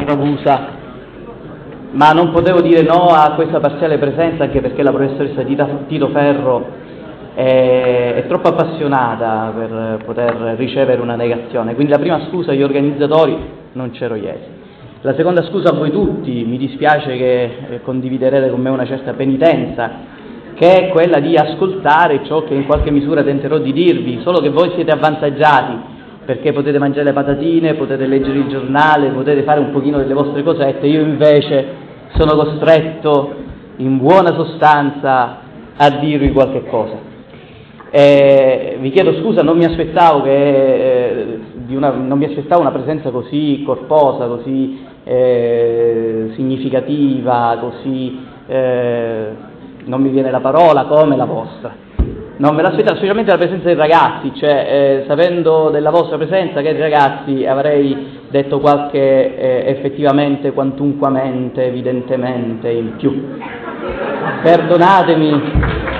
Ragusa, ma non potevo dire no a questa parziale presenza, anche perché la professoressa Tito Ferro è troppo appassionata per poter ricevere una negazione. Quindi la prima scusa agli organizzatori: non c'ero ieri. La seconda scusa a voi tutti: mi dispiace che condividerete con me una certa penitenza, che è quella di ascoltare ciò che in qualche misura tenterò di dirvi, solo che voi siete avvantaggiati perché potete mangiare le patatine, potete leggere il giornale, potete fare un pochino delle vostre cosette. Io invece sono costretto, in buona sostanza, a dirvi qualche cosa. Vi chiedo scusa, non mi aspettavo una presenza così corposa, così significativa, così non mi viene la parola, come la vostra. Non me l'aspettavo, specialmente la presenza dei ragazzi, sapendo della vostra presenza, che ragazzi, avrei detto qualche effettivamente, quantunquamente, evidentemente in più. Perdonatemi.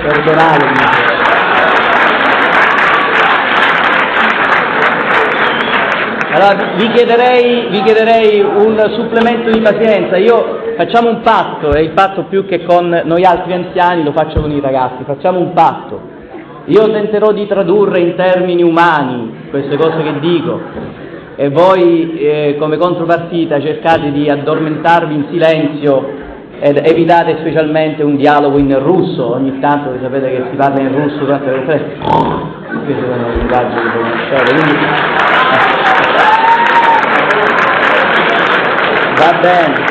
Allora, vi chiederei un supplemento di pazienza. Facciamo un patto, e il patto più che con noi altri anziani lo faccio con i ragazzi. Facciamo un patto. Io tenterò di tradurre in termini umani queste cose che dico, e voi come contropartita cercate di addormentarvi in silenzio ed evitate specialmente un dialogo in russo. Ogni tanto voi sapete che si parla in russo durante le feste. Questo è un linguaggio che conoscete, quindi va bene.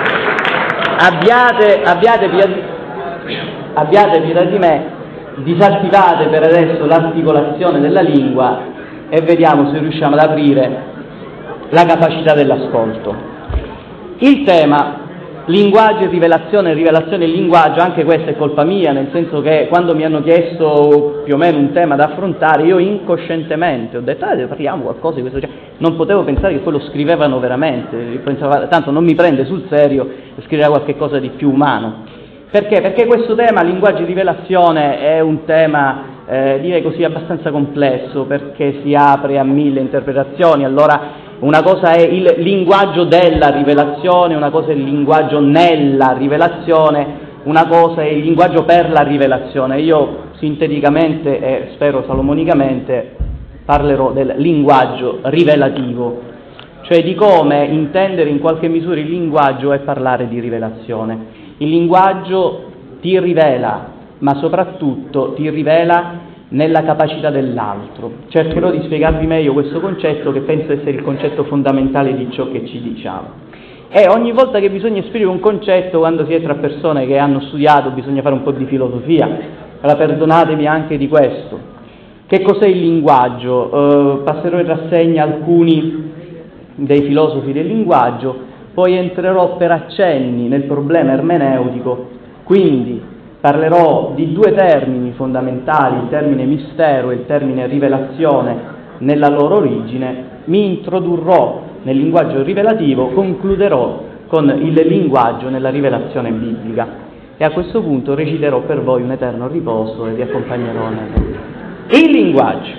Abbiate pietà di me, disattivate per adesso l'articolazione della lingua e vediamo se riusciamo ad aprire la capacità dell'ascolto. Il tema linguaggio e rivelazione e linguaggio, anche questa è colpa mia, nel senso che quando mi hanno chiesto più o meno un tema da affrontare, io incoscientemente ho detto parliamo qualcosa di questo genere. Non potevo pensare che poi lo scrivevano veramente, pensavo, tanto non mi prende sul serio, scrivere qualche cosa di più umano. Perché? Perché questo tema, linguaggio e rivelazione, è un tema, direi così, abbastanza complesso, perché si apre a 1000 interpretazioni. Allora, una cosa è il linguaggio della rivelazione, una cosa è il linguaggio nella rivelazione, una cosa è il linguaggio per la rivelazione. Io, sinteticamente e spero salomonicamente, parlerò del linguaggio rivelativo, cioè di come intendere in qualche misura il linguaggio e parlare di rivelazione. Il linguaggio ti rivela, ma soprattutto ti rivela nella capacità dell'altro. Cercherò di spiegarvi meglio questo concetto, che penso essere il concetto fondamentale di ciò che ci diciamo. E ogni volta che bisogna esprimere un concetto, quando si è tra persone che hanno studiato, bisogna fare un po' di filosofia. Allora perdonatemi anche di questo. Che cos'è il linguaggio? Passerò in rassegna alcuni dei filosofi del linguaggio, poi entrerò per accenni nel problema ermeneutico, quindi parlerò di due termini fondamentali, il termine mistero e il termine rivelazione nella loro origine, mi introdurrò nel linguaggio rivelativo, concluderò con il linguaggio nella rivelazione biblica e a questo punto reciterò per voi un eterno riposo e vi accompagnerò il linguaggio.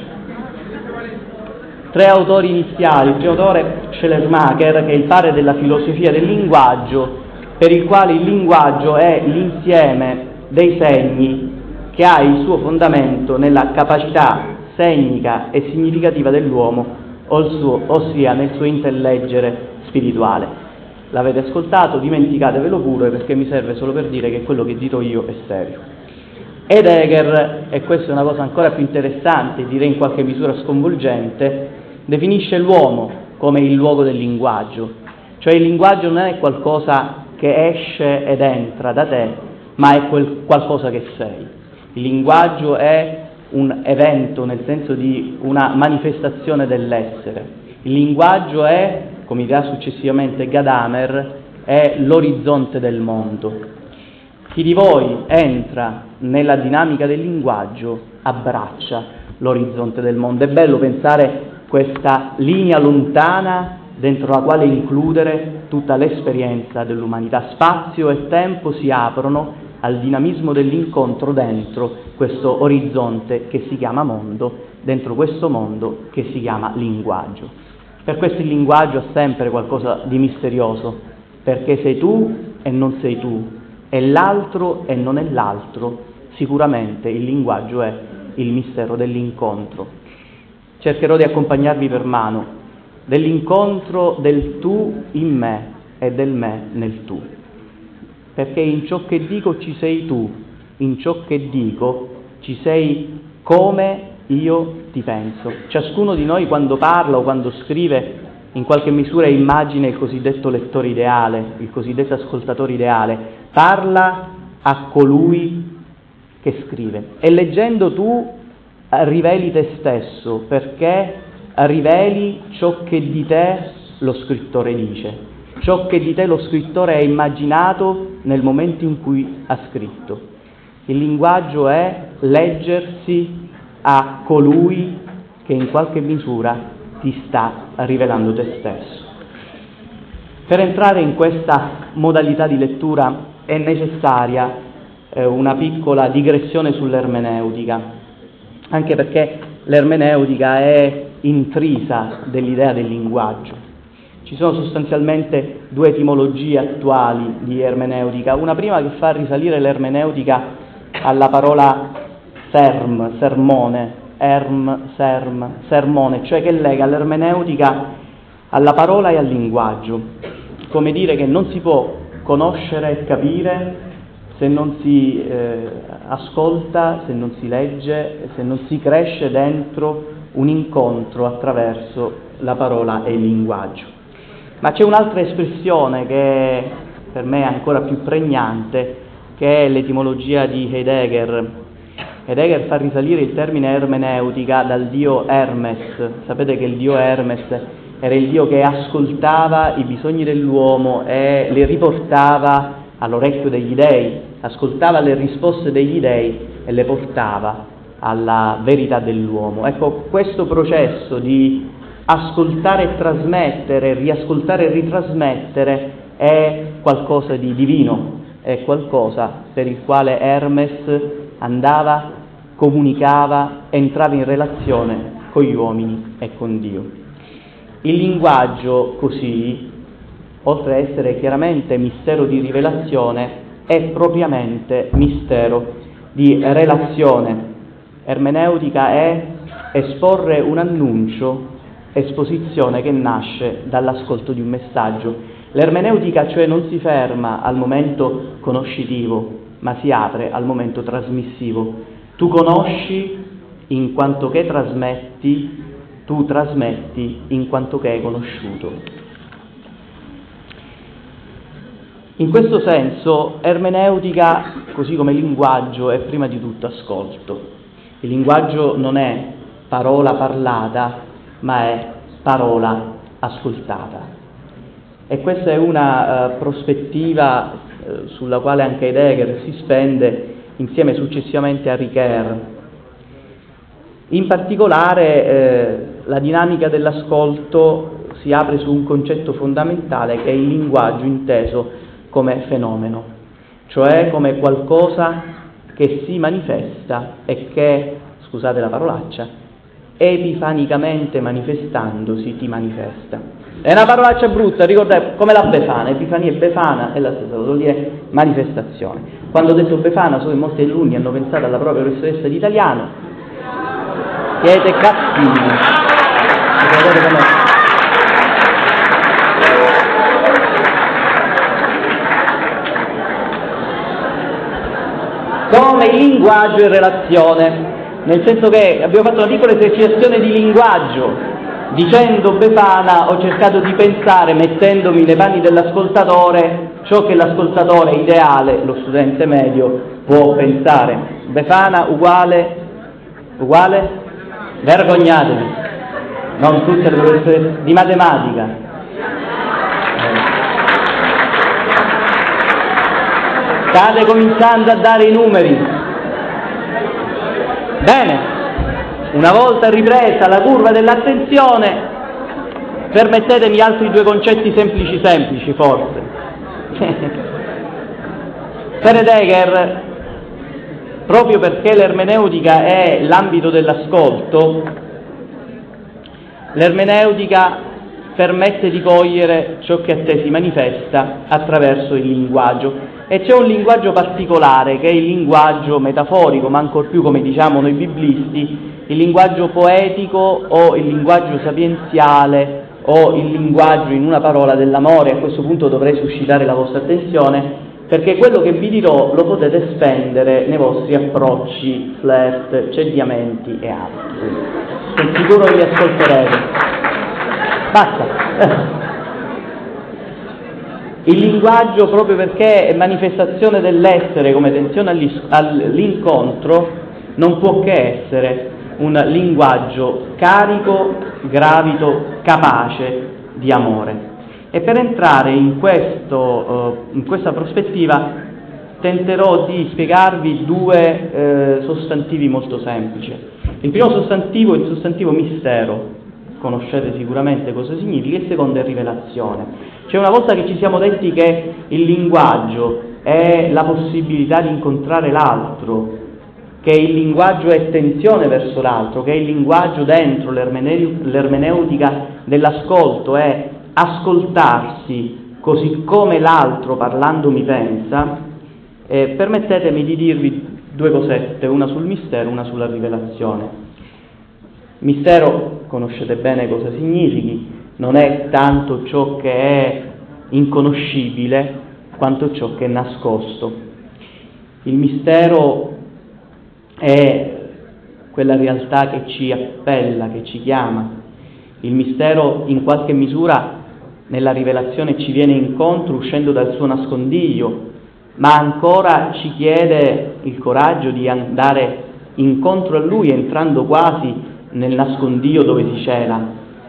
Tre autori iniziali. Il primo autore, Schleiermacher, che è il padre della filosofia del linguaggio, per il quale il linguaggio è l'insieme dei segni che ha il suo fondamento nella capacità segnica e significativa dell'uomo, ossia nel suo intelleggere spirituale. L'avete ascoltato, dimenticatevelo pure, perché mi serve solo per dire che quello che dirò io è serio. Heidegger, e questa è una cosa ancora più interessante, direi in qualche misura sconvolgente, definisce l'uomo come il luogo del linguaggio, cioè il linguaggio non è qualcosa che esce ed entra da te, ma è qualcosa che sei. Il linguaggio è un evento, nel senso di una manifestazione dell'essere. Il linguaggio è, come dirà successivamente Gadamer, è l'orizzonte del mondo. Chi di voi entra nella dinamica del linguaggio abbraccia l'orizzonte del mondo. È bello pensare questa linea lontana dentro la quale includere tutta l'esperienza dell'umanità. Spazio e tempo si aprono al dinamismo dell'incontro dentro questo orizzonte che si chiama mondo, dentro questo mondo che si chiama linguaggio. Per questo il linguaggio ha sempre qualcosa di misterioso, perché sei tu e non sei tu, è l'altro e non è l'altro. Sicuramente il linguaggio è il mistero dell'incontro. Cercherò di accompagnarvi per mano, dell'incontro del tu in me e del me nel tu, perché in ciò che dico ci sei tu, in ciò che dico ci sei come io ti penso. Ciascuno di noi quando parla o quando scrive in qualche misura immagina il cosiddetto lettore ideale, il cosiddetto ascoltatore ideale, parla a colui che scrive e leggendo tu riveli te stesso, perché riveli ciò che di te lo scrittore dice, ciò che di te lo scrittore ha immaginato nel momento in cui ha scritto. Il linguaggio è leggersi a colui che in qualche misura ti sta rivelando te stesso. Per entrare in questa modalità di lettura è necessaria una piccola digressione sull'ermeneutica, anche perché l'ermeneutica è intrisa dell'idea del linguaggio. Ci sono sostanzialmente due etimologie attuali di ermeneutica, una prima che fa risalire l'ermeneutica alla parola sermone, sermone, cioè che lega l'ermeneutica alla parola e al linguaggio, come dire che non si può conoscere e capire se non si ascolta, se non si legge, se non si cresce dentro un incontro attraverso la parola e il linguaggio. Ma c'è un'altra espressione che per me è ancora più pregnante, che è l'etimologia di Heidegger. Heidegger fa risalire il termine ermeneutica dal dio Hermes. Sapete che il dio Hermes era il dio che ascoltava i bisogni dell'uomo e li riportava all'orecchio degli dei, ascoltava le risposte degli dei e le portava alla verità dell'uomo. Ecco, questo processo di ascoltare e trasmettere, riascoltare e ritrasmettere è qualcosa di divino, è qualcosa per il quale Hermes andava, comunicava, entrava in relazione con gli uomini e con Dio. Il linguaggio così, oltre a essere chiaramente mistero di rivelazione, è propriamente mistero di relazione. Ermeneutica è esporre un annuncio, esposizione che nasce dall'ascolto di un messaggio. L'ermeneutica cioè non si ferma al momento conoscitivo, ma si apre al momento trasmissivo. Tu conosci in quanto che trasmetti, tu trasmetti in quanto che hai conosciuto. In questo senso, ermeneutica, così come linguaggio, è prima di tutto ascolto. Il linguaggio non è parola parlata, ma è parola ascoltata. E questa è una prospettiva sulla quale anche Heidegger si spende insieme successivamente a Ricoeur. In particolare la dinamica dell'ascolto si apre su un concetto fondamentale che è il linguaggio inteso come fenomeno, cioè come qualcosa che si manifesta e che, scusate la parolaccia, epifanicamente manifestandosi ti manifesta. È una parolaccia brutta, ricordate, come la Befana, Epifania e Befana è la stessa cosa, vuol dire manifestazione. Quando ho detto Befana, so che molti alunni hanno pensato alla propria professoressa di italiano. Siete cattivi. Come il linguaggio in relazione, nel senso che abbiamo fatto una piccola esercitazione di linguaggio. Dicendo Befana ho cercato di pensare, mettendomi nei panni dell'ascoltatore, ciò che l'ascoltatore ideale, lo studente medio, può pensare. Befana uguale? Vergognatevi, non tutte le professoresse di matematica. State cominciando a dare i numeri. Bene. Una volta ripresa la curva dell'attenzione, permettetemi altri due concetti semplici forse. Per Heidegger, proprio perché l'ermeneutica è l'ambito dell'ascolto, l'ermeneutica permette di cogliere ciò che a te si manifesta attraverso il linguaggio. E c'è un linguaggio particolare, che è il linguaggio metaforico, ma ancor più, come diciamo noi biblisti, il linguaggio poetico o il linguaggio sapienziale o il linguaggio, in una parola, dell'amore. A questo punto dovrei suscitare la vostra attenzione, perché quello che vi dirò lo potete spendere nei vostri approcci, flirt, cediamenti e altro. Sono sicuro che mi ascolterete. Basta. Il linguaggio, proprio perché è manifestazione dell'essere come tensione all'incontro, non può che essere un linguaggio carico, gravido, capace di amore. E per entrare in questa prospettiva tenterò di spiegarvi due sostantivi molto semplici. Il primo sostantivo è il sostantivo mistero, conoscete sicuramente cosa significa, il secondo è rivelazione. Cioè, una volta che ci siamo detti che il linguaggio è la possibilità di incontrare l'altro, che il linguaggio è tensione verso l'altro, che il linguaggio dentro l'ermeneutica dell'ascolto è ascoltarsi così come l'altro parlando mi pensa, permettetemi di dirvi due cosette, una sul mistero, una sulla rivelazione. Mistero, conoscete bene cosa significhi, non è tanto ciò che è inconoscibile quanto ciò che è nascosto. Il mistero è quella realtà che ci appella, che ci chiama. Il mistero in qualche misura nella rivelazione ci viene incontro uscendo dal suo nascondiglio, ma ancora ci chiede il coraggio di andare incontro a lui entrando quasi nel nascondiglio dove si cela.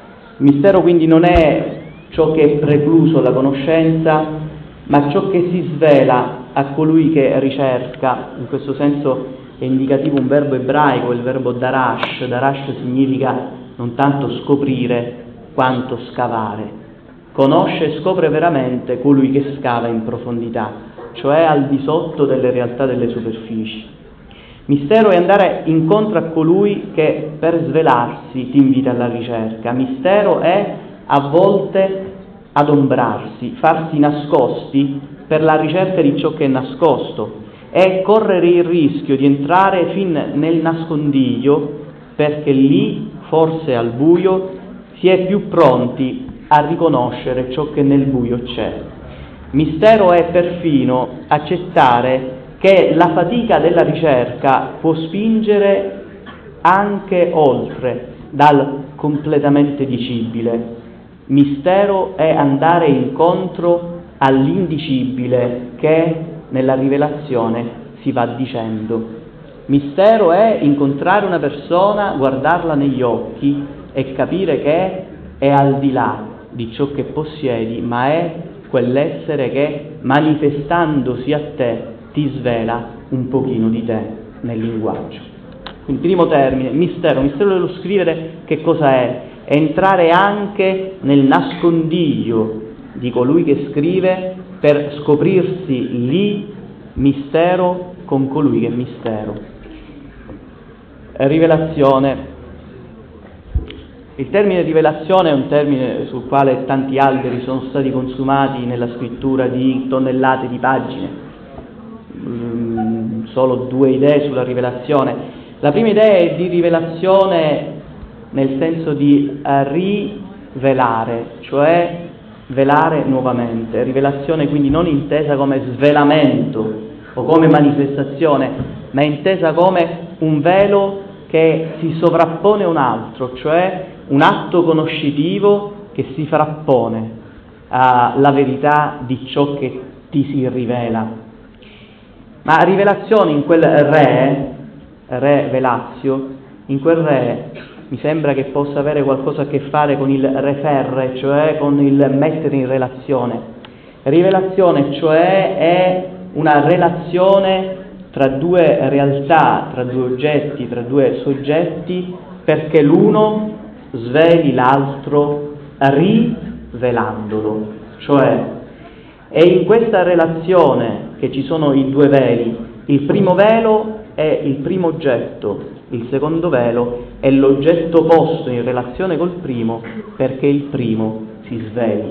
Il mistero quindi non è ciò che è precluso alla conoscenza, ma ciò che si svela a colui che ricerca. In questo senso è indicativo un verbo ebraico, il verbo darash. Darash significa non tanto scoprire quanto scavare. Conosce e scopre veramente colui che scava in profondità, cioè al di sotto delle realtà delle superfici. Mistero è andare incontro a colui che per svelarsi ti invita alla ricerca. Mistero è a volte adombrarsi, farsi nascosti per la ricerca di ciò che è nascosto, è correre il rischio di entrare fin nel nascondiglio, perché lì, forse al buio, si è più pronti a riconoscere ciò che nel buio c'è. Mistero è perfino accettare che la fatica della ricerca può spingere anche oltre dal completamente dicibile. Mistero è andare incontro all'indicibile che nella rivelazione si va dicendo. Mistero è incontrare una persona, guardarla negli occhi e capire che è al di là di ciò che possiedi, ma è quell'essere che, manifestandosi a te, ti svela un pochino di te nel linguaggio. Quindi, primo termine, mistero. Mistero dello scrivere che cosa è? È entrare anche nel nascondiglio di colui che scrive per scoprirsi lì mistero con colui che è mistero. Rivelazione. Il termine rivelazione è un termine sul quale tanti alberi sono stati consumati nella scrittura di tonnellate di pagine. Solo due idee sulla rivelazione. La prima idea è di rivelazione nel senso di rivelare, cioè velare nuovamente. Rivelazione quindi non intesa come svelamento o come manifestazione, ma intesa come un velo che si sovrappone a un altro, cioè un atto conoscitivo che si frappone alla verità di ciò che ti si rivela. Ma rivelazione in quel re Velatio, in quel re mi sembra che possa avere qualcosa a che fare con il referre, cioè con il mettere in relazione. Rivelazione, cioè, è una relazione tra due realtà, tra due oggetti, tra due soggetti, perché l'uno sveli l'altro rivelandolo. Cioè, è in questa relazione che ci sono i due veli. Il primo velo è il primo oggetto, il secondo velo è l'oggetto posto in relazione col primo, perché il primo si sveli.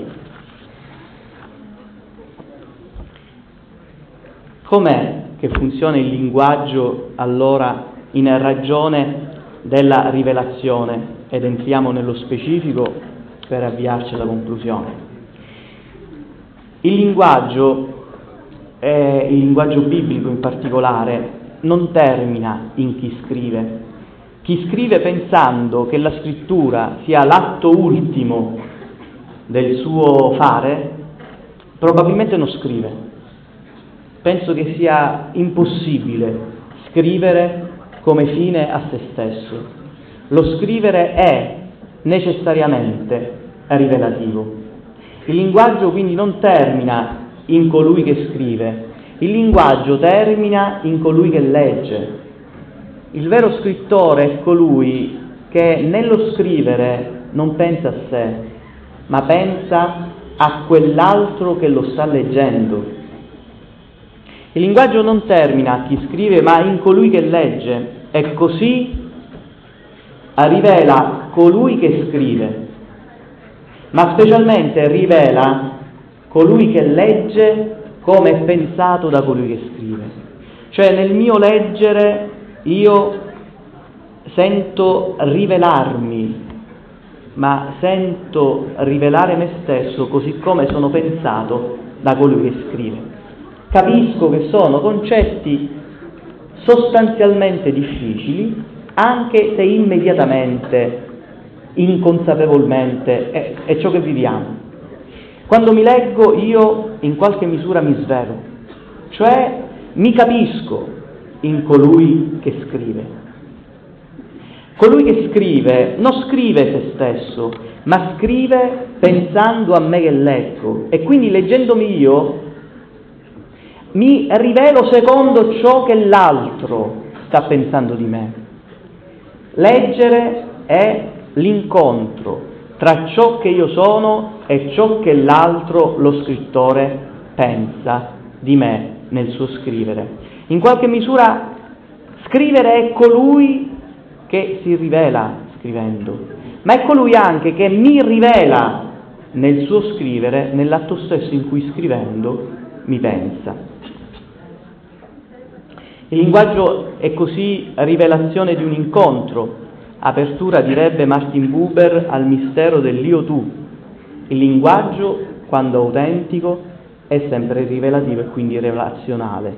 Com'è che funziona il linguaggio allora in ragione della rivelazione? Ed entriamo nello specifico per avviarci alla conclusione. Il linguaggio biblico in particolare, non termina in chi scrive. Chi scrive pensando che la scrittura sia l'atto ultimo del suo fare, probabilmente non scrive. Penso che sia impossibile scrivere come fine a se stesso. Lo scrivere è necessariamente rivelativo. Il linguaggio quindi non termina in colui che scrive, il linguaggio termina in colui che legge. Il vero scrittore è colui che nello scrivere non pensa a sé, ma pensa a quell'altro che lo sta leggendo. Il linguaggio non termina a chi scrive, ma in colui che legge, e così rivela colui che scrive, ma specialmente rivela colui che legge come è pensato da colui che scrive. Cioè nel mio leggere io sento rivelarmi, ma sento rivelare me stesso così come sono pensato da colui che scrive. Capisco che sono concetti sostanzialmente difficili, anche se immediatamente, inconsapevolmente, è ciò che viviamo. Quando mi leggo io in qualche misura mi svelo, cioè mi capisco in colui che scrive. Colui che scrive non scrive se stesso, ma scrive pensando a me che leggo, e quindi leggendomi io mi rivelo secondo ciò che l'altro sta pensando di me. Leggere è l'incontro tra ciò che io sono e ciò che l'altro, lo scrittore, pensa di me nel suo scrivere. In qualche misura scrivere è colui che si rivela scrivendo, ma è colui anche che mi rivela nel suo scrivere, nell'atto stesso in cui scrivendo mi pensa. Il linguaggio è così rivelazione di un incontro, apertura, direbbe Martin Buber, al mistero dell'io-tu. Il linguaggio, quando autentico, è sempre rivelativo e quindi relazionale.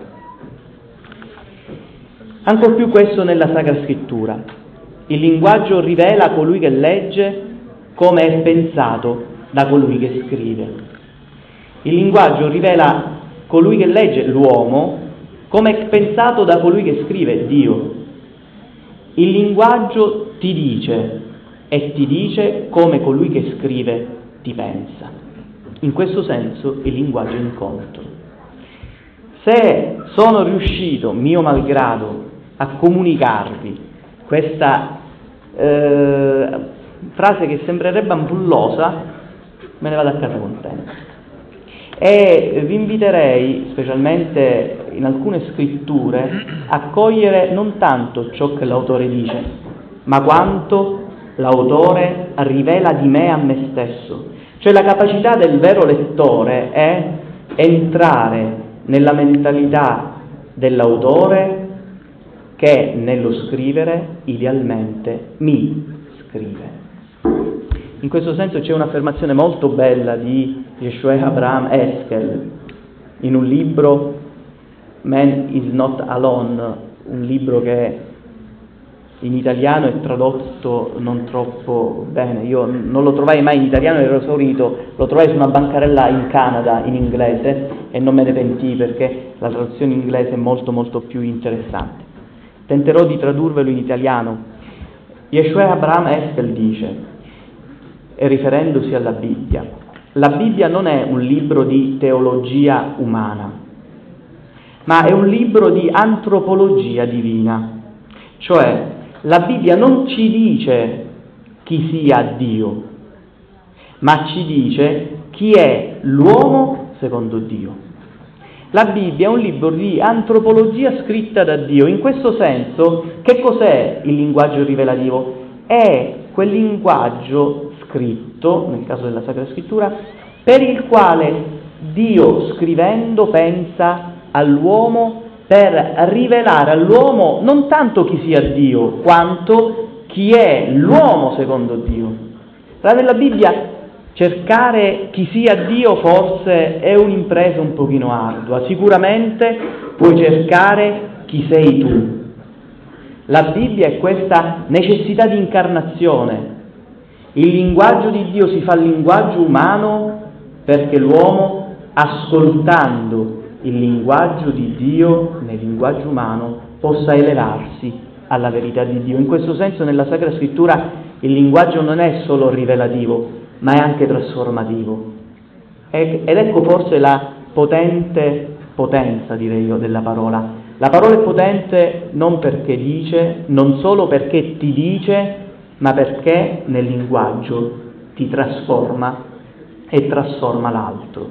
Ancor più questo nella Sacra Scrittura. Il linguaggio rivela colui che legge come è pensato da colui che scrive. Il linguaggio rivela colui che legge, l'uomo, come è pensato da colui che scrive, Dio. Il linguaggio ti dice, e ti dice come colui che scrive ti pensa. In questo senso il linguaggio è incontro. Se sono riuscito, mio malgrado, a comunicarvi questa frase che sembrerebbe ampullosa, me ne vado a casa contento. E vi inviterei, specialmente in alcune scritture, a cogliere non tanto ciò che l'autore dice, ma quanto l'autore rivela di me a me stesso. Cioè la capacità del vero lettore è entrare nella mentalità dell'autore che nello scrivere idealmente mi scrive. In questo senso c'è un'affermazione molto bella di Yeshua Abraham Eskel in un libro, Man is not alone, un libro che in italiano è tradotto non troppo bene. Io non lo trovai mai in italiano, ero esaurito, lo trovai su una bancarella in Canada in inglese e non me ne pentii perché la traduzione in inglese è molto molto più interessante. Tenterò di tradurvelo in italiano. Yeshua Abraham Eskel dice, e riferendosi alla Bibbia, la Bibbia non è un libro di teologia umana, ma è un libro di antropologia divina. Cioè, la Bibbia non ci dice chi sia Dio, ma ci dice chi è l'uomo secondo Dio. La Bibbia è un libro di antropologia scritta da Dio. In questo senso, che cos'è il linguaggio rivelativo? È quel linguaggio scritto, nel caso della Sacra Scrittura, per il quale Dio, scrivendo, pensa all'uomo per rivelare all'uomo non tanto chi sia Dio, quanto chi è l'uomo secondo Dio. Nella Bibbia cercare chi sia Dio forse è un'impresa un pochino ardua, sicuramente puoi cercare chi sei tu. La Bibbia è questa necessità di incarnazione. Il linguaggio di Dio si fa linguaggio umano perché l'uomo, ascoltando il linguaggio di Dio nel linguaggio umano, possa elevarsi alla verità di Dio. In questo senso nella Sacra Scrittura il linguaggio non è solo rivelativo, ma è anche trasformativo. Ed ecco forse la potenza, direi io, della parola. La parola è potente non perché dice, non solo perché ti dice, ma perché nel linguaggio ti trasforma e trasforma l'altro.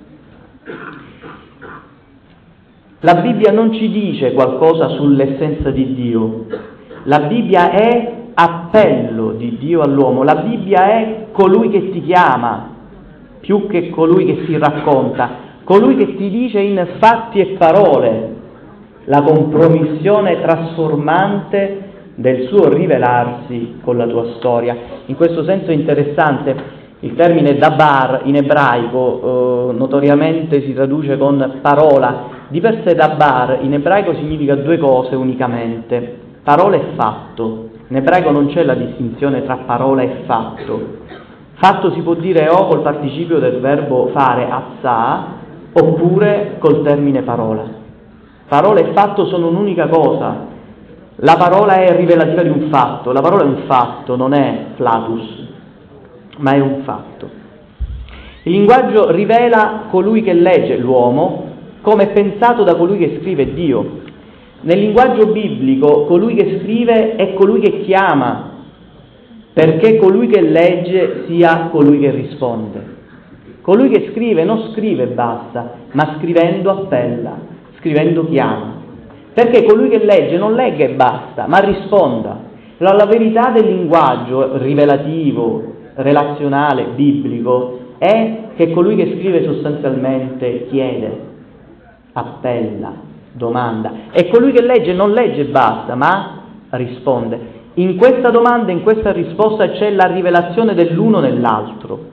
La Bibbia non ci dice qualcosa sull'essenza di Dio. La Bibbia è appello di Dio all'uomo. La Bibbia è colui che ti chiama, più che colui che si racconta, colui che ti dice in fatti e parole la compromissione trasformante del suo rivelarsi con la tua storia. In questo senso è interessante il termine dabar in ebraico, notoriamente si traduce con parola. Di per sé dabar in ebraico significa due cose unicamente, parola e fatto. In ebraico non c'è la distinzione tra parola e fatto. Fatto si può dire o col participio del verbo fare, azzà, oppure col termine parola. Parola e fatto sono un'unica cosa. La parola è rivelativa di un fatto, la parola è un fatto, non è flatus, ma è un fatto. Il linguaggio rivela colui che legge, l'uomo, come è pensato da colui che scrive, Dio. Nel linguaggio biblico colui che scrive è colui che chiama, perché colui che legge sia colui che risponde. Colui che scrive non scrive e basta, ma scrivendo appella, scrivendo chiama. Perché colui che legge non legga e basta, ma risponda. La verità del linguaggio rivelativo, relazionale, biblico, è che colui che scrive sostanzialmente chiede, appella, domanda. E colui che legge non legge e basta, ma risponde. In questa domanda, in questa risposta c'è la rivelazione dell'uno nell'altro.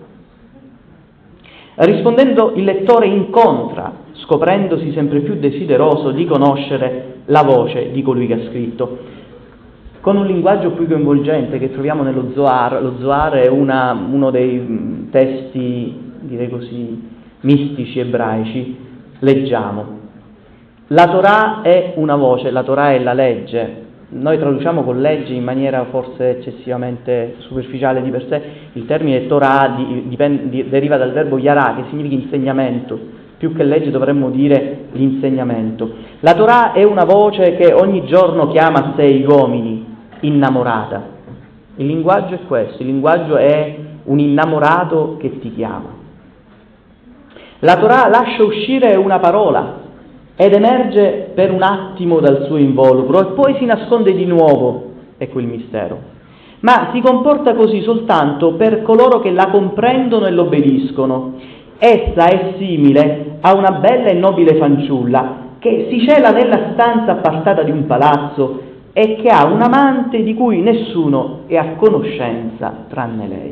Rispondendo il lettore incontra, scoprendosi sempre più desideroso di conoscere la voce di colui che ha scritto. Con un linguaggio più coinvolgente che troviamo nello Zohar, lo Zohar è uno dei testi, direi così, mistici ebraici, leggiamo. La Torah è una voce, la Torah è la legge. Noi traduciamo con legge in maniera forse eccessivamente superficiale di per sé. Il termine Torah deriva dal verbo yarah, che significa insegnamento. Più che legge dovremmo dire l'insegnamento. La Torah è una voce che ogni giorno chiama a sé gli uomini, innamorata. Il linguaggio è questo, il linguaggio è un innamorato che ti chiama. La Torah lascia uscire una parola ed emerge per un attimo dal suo involucro e poi si nasconde di nuovo, ecco il mistero. Ma si comporta così soltanto per coloro che la comprendono e l'obbediscono. Essa è simile a una bella e nobile fanciulla che si cela nella stanza appartata di un palazzo e che ha un amante di cui nessuno è a conoscenza tranne lei.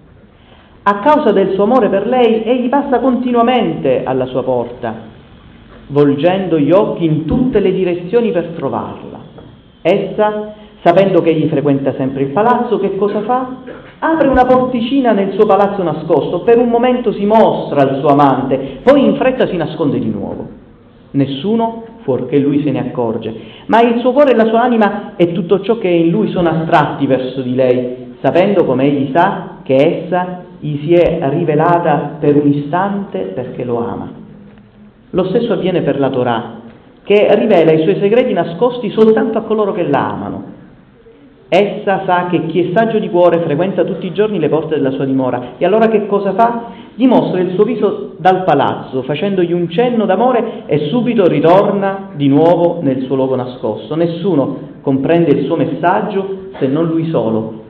A causa del suo amore per lei, egli passa continuamente alla sua porta, volgendo gli occhi in tutte le direzioni per trovarla. Essa, sapendo che egli frequenta sempre il palazzo, che cosa fa? Apre una porticina nel suo palazzo nascosto, per un momento si mostra al suo amante, poi in fretta si nasconde di nuovo. Nessuno, fuorché lui, se ne accorge, ma il suo cuore e la sua anima e tutto ciò che è in lui sono attratti verso di lei, sapendo come egli sa che essa gli si è rivelata per un istante perché lo ama. Lo stesso avviene per la Torah, che rivela i suoi segreti nascosti soltanto a coloro che la amano. Essa sa che chi è saggio di cuore frequenta tutti i giorni le porte della sua dimora, e allora che cosa fa? Gli mostra il suo viso dal palazzo, facendogli un cenno d'amore, e subito ritorna di nuovo nel suo luogo nascosto. Nessuno comprende il suo messaggio se non lui solo,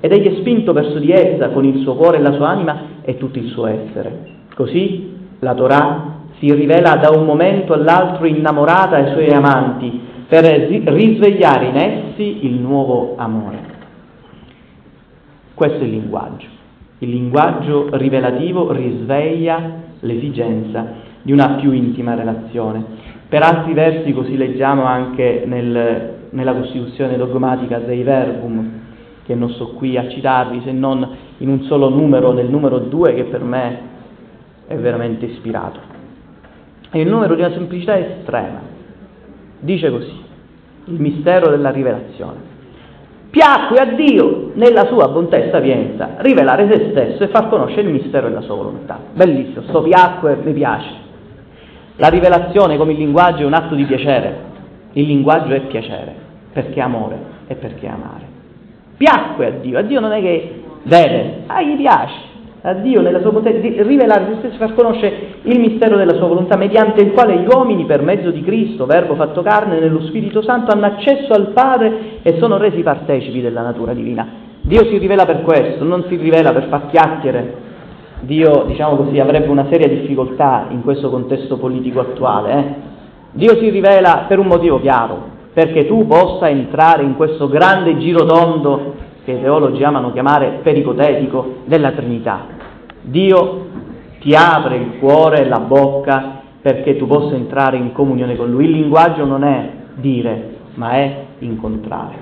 ed egli è spinto verso di essa con il suo cuore e la sua anima e tutto il suo essere. Così la Torah si rivela da un momento all'altro innamorata ai suoi amanti per risvegliare in essi il nuovo amore. Questo è il linguaggio. Il linguaggio rivelativo risveglia l'esigenza di una più intima relazione. Per altri versi così leggiamo anche nella Costituzione dogmatica Dei Verbum, che non sto qui a citarvi se non in un solo numero, nel numero 2, che per me è veramente ispirato. È il numero di una semplicità estrema. Dice così: il mistero della rivelazione. Piacque a Dio, nella sua bontà e sapienza, rivelare se stesso e far conoscere il mistero della sua volontà. Bellissimo, sto piacque, mi piace. La rivelazione, come il linguaggio, è un atto di piacere. Il linguaggio è piacere, perché è amore e perché è amare. Piacque a Dio non è che deve, gli piace. A Dio, nella sua bontà, di rivelare se stesso e far conoscere il mistero della sua volontà, mediante il quale gli uomini, per mezzo di Cristo, Verbo fatto carne, nello Spirito Santo, hanno accesso al Padre e sono resi partecipi della natura divina. Dio si rivela per questo, non si rivela per far chiacchiere. Dio, diciamo così, avrebbe una seria difficoltà in questo contesto politico attuale. Dio si rivela per un motivo chiaro, perché tu possa entrare in questo grande girotondo che i teologi amano chiamare pericotetico della Trinità. Dio ti apre il cuore e la bocca perché tu possa entrare in comunione con Lui. Il linguaggio non è dire, ma è incontrare.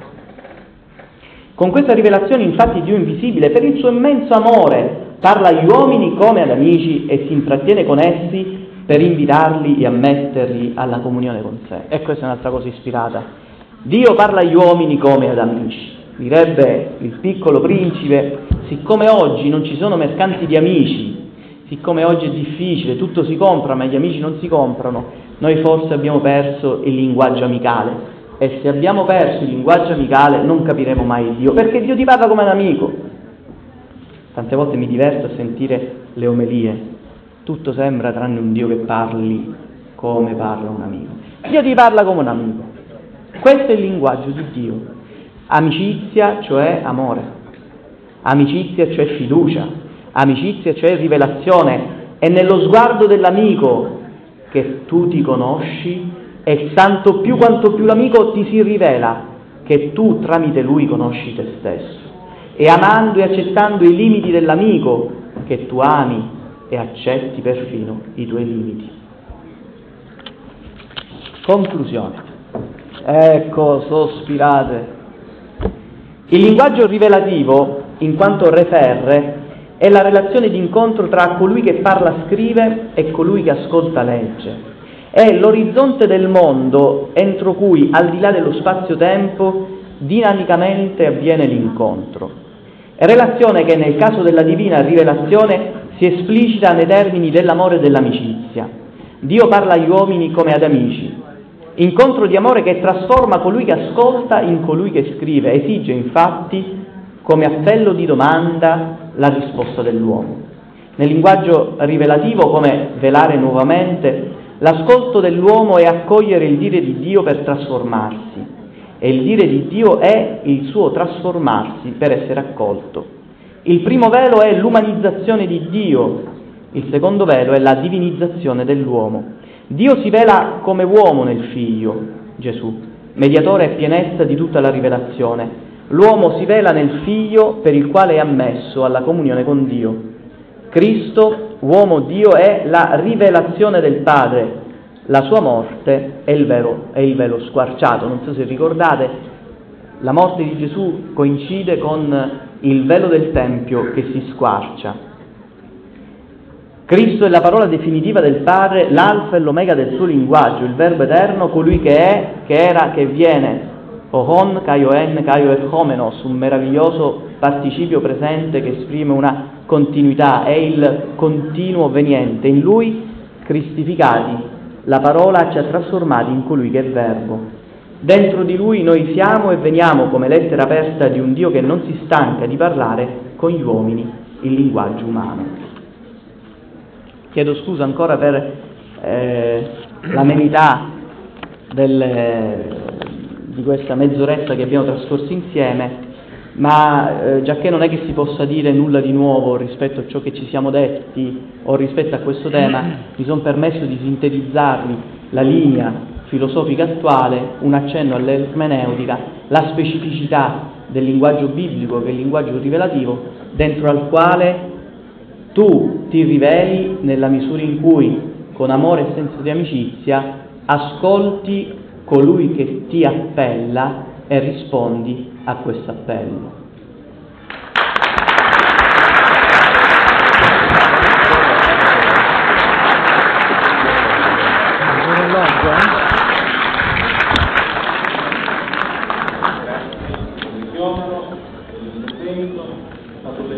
Con questa rivelazione, infatti, Dio invisibile, per il suo immenso amore, parla agli uomini come ad amici e si intrattiene con essi per invitarli e ammetterli alla comunione con sé. E questa è un'altra cosa ispirata. Dio parla agli uomini come ad amici. Direbbe il Piccolo Principe: siccome oggi non ci sono mercanti di amici, siccome oggi è difficile, tutto si compra ma gli amici non si comprano, noi forse abbiamo perso il linguaggio amicale, e se abbiamo perso il linguaggio amicale non capiremo mai Dio, perché Dio ti parla come un amico. Tante volte mi diverto a sentire le omelie, tutto sembra tranne un Dio che parli come parla un amico. Dio ti parla come un amico, questo è il linguaggio di Dio. Amicizia, cioè amore, amicizia, cioè fiducia, amicizia, cioè rivelazione. È nello sguardo dell'amico che tu ti conosci, e tanto più quanto più l'amico ti si rivela, che tu tramite lui conosci te stesso. È amando e accettando i limiti dell'amico che tu ami e accetti perfino i tuoi limiti. Conclusione. Ecco, sospirate. Il linguaggio rivelativo, in quanto referre, è la relazione di incontro tra colui che parla scrive e colui che ascolta legge. È l'orizzonte del mondo entro cui, al di là dello spazio-tempo, dinamicamente avviene l'incontro. È relazione che nel caso della divina rivelazione si esplicita nei termini dell'amore e dell'amicizia. Dio parla agli uomini come ad amici. Incontro di amore che trasforma colui che ascolta in colui che scrive, esige infatti come appello di domanda la risposta dell'uomo. Nel linguaggio rivelativo, come velare nuovamente, l'ascolto dell'uomo è accogliere il dire di Dio per trasformarsi, e il dire di Dio è il suo trasformarsi per essere accolto. Il primo velo è l'umanizzazione di Dio, il secondo velo è la divinizzazione dell'uomo. Dio si vela come uomo nel Figlio, Gesù, mediatore e pienezza di tutta la rivelazione. L'uomo si vela nel Figlio per il quale è ammesso alla comunione con Dio. Cristo, uomo Dio, è la rivelazione del Padre. La sua morte è il velo squarciato. Non so se ricordate, la morte di Gesù coincide con il velo del Tempio che si squarcia. Cristo è la parola definitiva del Padre, l'alfa e l'omega del suo linguaggio, il Verbo eterno, colui che è, che era, che viene. Ohon, kaioen, kaio erchomenos, un meraviglioso participio presente che esprime una continuità, è il continuo veniente. In Lui, cristificati, la parola ci ha trasformati in colui che è Verbo. Dentro di Lui noi siamo e veniamo come lettera aperta di un Dio che non si stanca di parlare con gli uomini il linguaggio umano. Chiedo scusa ancora per l'amenità di questa mezz'oretta che abbiamo trascorso insieme, ma giacché non è che si possa dire nulla di nuovo rispetto a ciò che ci siamo detti o rispetto a questo tema, mi sono permesso di sintetizzarvi la linea filosofica attuale, un accenno all'ermeneutica, la specificità del linguaggio biblico, che è il linguaggio rivelativo, dentro al quale tu ti riveli nella misura in cui, con amore e senso di amicizia, ascolti colui che ti appella e rispondi a questo appello.